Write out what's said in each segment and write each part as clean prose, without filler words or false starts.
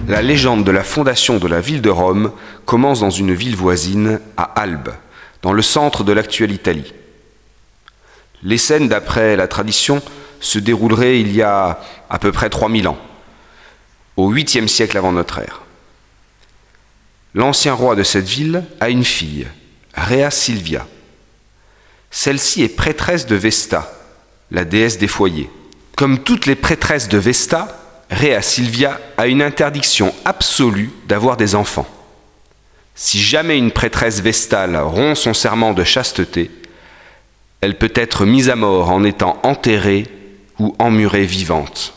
La légende de la fondation de la ville de Rome commence dans une ville voisine, à Albe, dans le centre de l'actuelle Italie. Les scènes, d'après la tradition, se dérouleraient il y a à peu près 3000 ans, au 8e siècle avant notre ère. L'ancien roi de cette ville a une fille, Rhea Silvia. Celle-ci est prêtresse de Vesta, la déesse des foyers. Comme toutes les prêtresses de Vesta, Rhea Silvia a une interdiction absolue d'avoir des enfants. Si jamais une prêtresse vestale rompt son serment de chasteté, elle peut être mise à mort en étant enterrée ou emmurée vivante.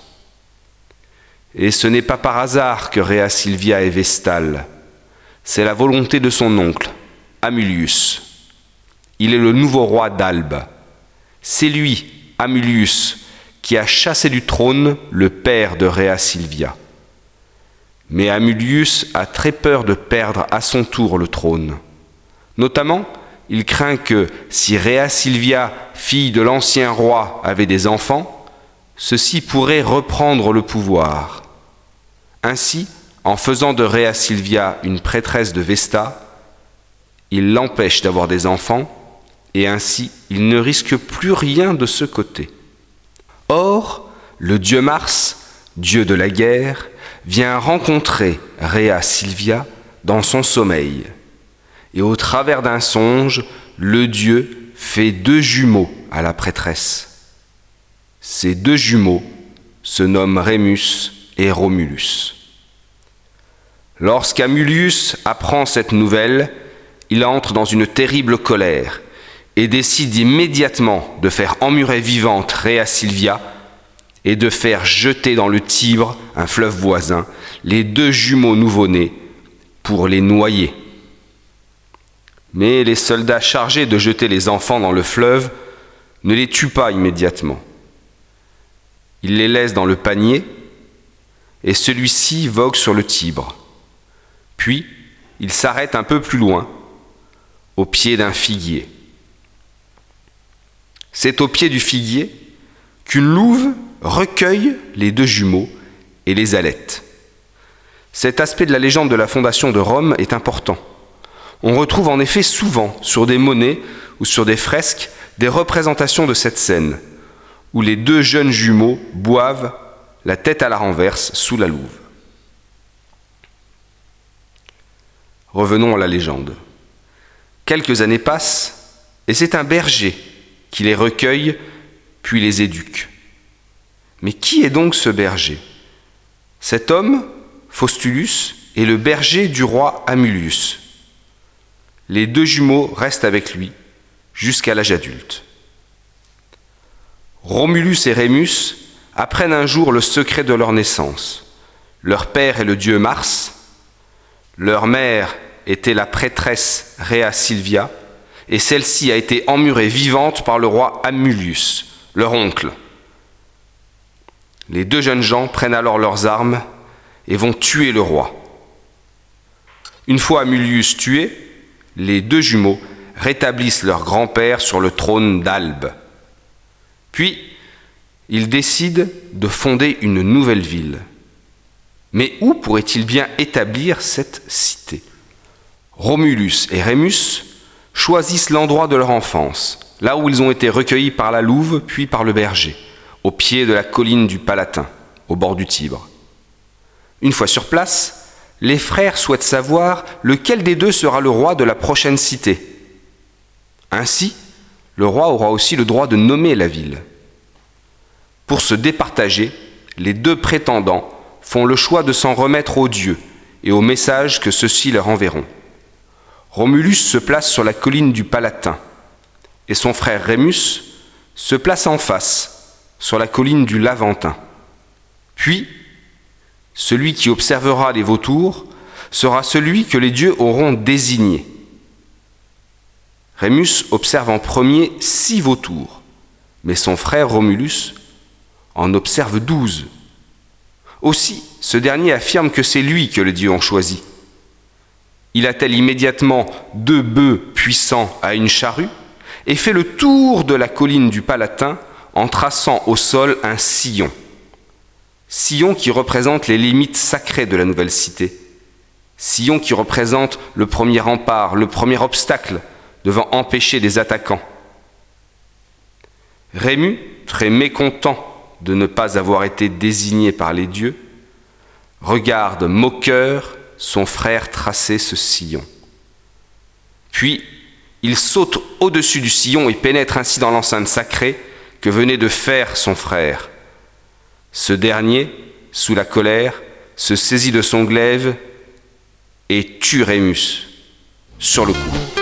Et ce n'est pas par hasard que Rhea Silvia est vestale. C'est la volonté de son oncle, Amulius. Il est le nouveau roi d'Albe. C'est lui, Amulius, qui a chassé du trône le père de Rhea Silvia. Mais Amulius a très peur de perdre à son tour le trône. Notamment, il craint que si Rhea Silvia, fille de l'ancien roi, avait des enfants, ceux-ci pourraient reprendre le pouvoir. Ainsi, en faisant de Rhea Silvia une prêtresse de Vesta, il l'empêche d'avoir des enfants et ainsi il ne risque plus rien de ce côté. Or, le dieu Mars, dieu de la guerre, vient rencontrer Rhea Silvia dans son sommeil. Et au travers d'un songe, le dieu fait 2 jumeaux à la prêtresse. Ces 2 jumeaux se nomment Rémus et Romulus. Lorsqu'Amulius apprend cette nouvelle, il entre dans une terrible colère et décide immédiatement de faire emmurer vivante Rhea Silvia et de faire jeter dans le Tibre, un fleuve voisin, les 2 jumeaux nouveau-nés pour les noyer. Mais les soldats chargés de jeter les enfants dans le fleuve ne les tuent pas immédiatement. Ils les laissent dans le panier et celui-ci vogue sur le Tibre. Puis, il s'arrête un peu plus loin, au pied d'un figuier. C'est au pied du figuier qu'une louve recueille les 2 jumeaux et les allaite. Cet aspect de la légende de la fondation de Rome est important. On retrouve en effet souvent sur des monnaies ou sur des fresques des représentations de cette scène, où les 2 jeunes jumeaux boivent la tête à la renverse sous la louve. Revenons à la légende. Quelques années passent et c'est un berger qui les recueille puis les éduque. Mais qui est donc ce berger ? Cet homme, Faustulus, est le berger du roi Amulius. Les 2 jumeaux restent avec lui jusqu'à l'âge adulte. Romulus et Rémus apprennent un jour le secret de leur naissance. Leur père est le dieu Mars, leur mère était la prêtresse Rhea Silvia, et celle-ci a été emmurée vivante par le roi Amulius, leur oncle. Les 2 jeunes gens prennent alors leurs armes et vont tuer le roi. Une fois Amulius tué, les 2 jumeaux rétablissent leur grand-père sur le trône d'Albe. Puis, ils décident de fonder une nouvelle ville. Mais où pourraient-ils bien établir cette cité ? Romulus et Rémus choisissent l'endroit de leur enfance, là où ils ont été recueillis par la louve puis par le berger, au pied de la colline du Palatin, au bord du Tibre. Une fois sur place, les frères souhaitent savoir lequel des 2 sera le roi de la prochaine cité. Ainsi, le roi aura aussi le droit de nommer la ville. Pour se départager, les 2 prétendants font le choix de s'en remettre aux dieux et au message que ceux-ci leur enverront. Romulus se place sur la colline du Palatin et son frère Rémus se place en face, sur la colline du Laventin. Puis, celui qui observera les vautours sera celui que les dieux auront désigné. Rémus observe en premier 6 vautours, mais son frère Romulus en observe 12. Aussi, ce dernier affirme que c'est lui que les dieux ont choisi. Il attelle immédiatement 2 bœufs puissants à une charrue et fait le tour de la colline du Palatin en traçant au sol un sillon. Sillon qui représente les limites sacrées de la nouvelle cité. Sillon qui représente le premier rempart, le premier obstacle devant empêcher des attaquants. Rému, très mécontent de ne pas avoir été désigné par les dieux, regarde moqueur son frère tracer ce sillon. Puis, il saute au-dessus du sillon et pénètre ainsi dans l'enceinte sacrée que venait de faire son frère. Ce dernier, sous la colère, se saisit de son glaive et tue Rémus sur le coup.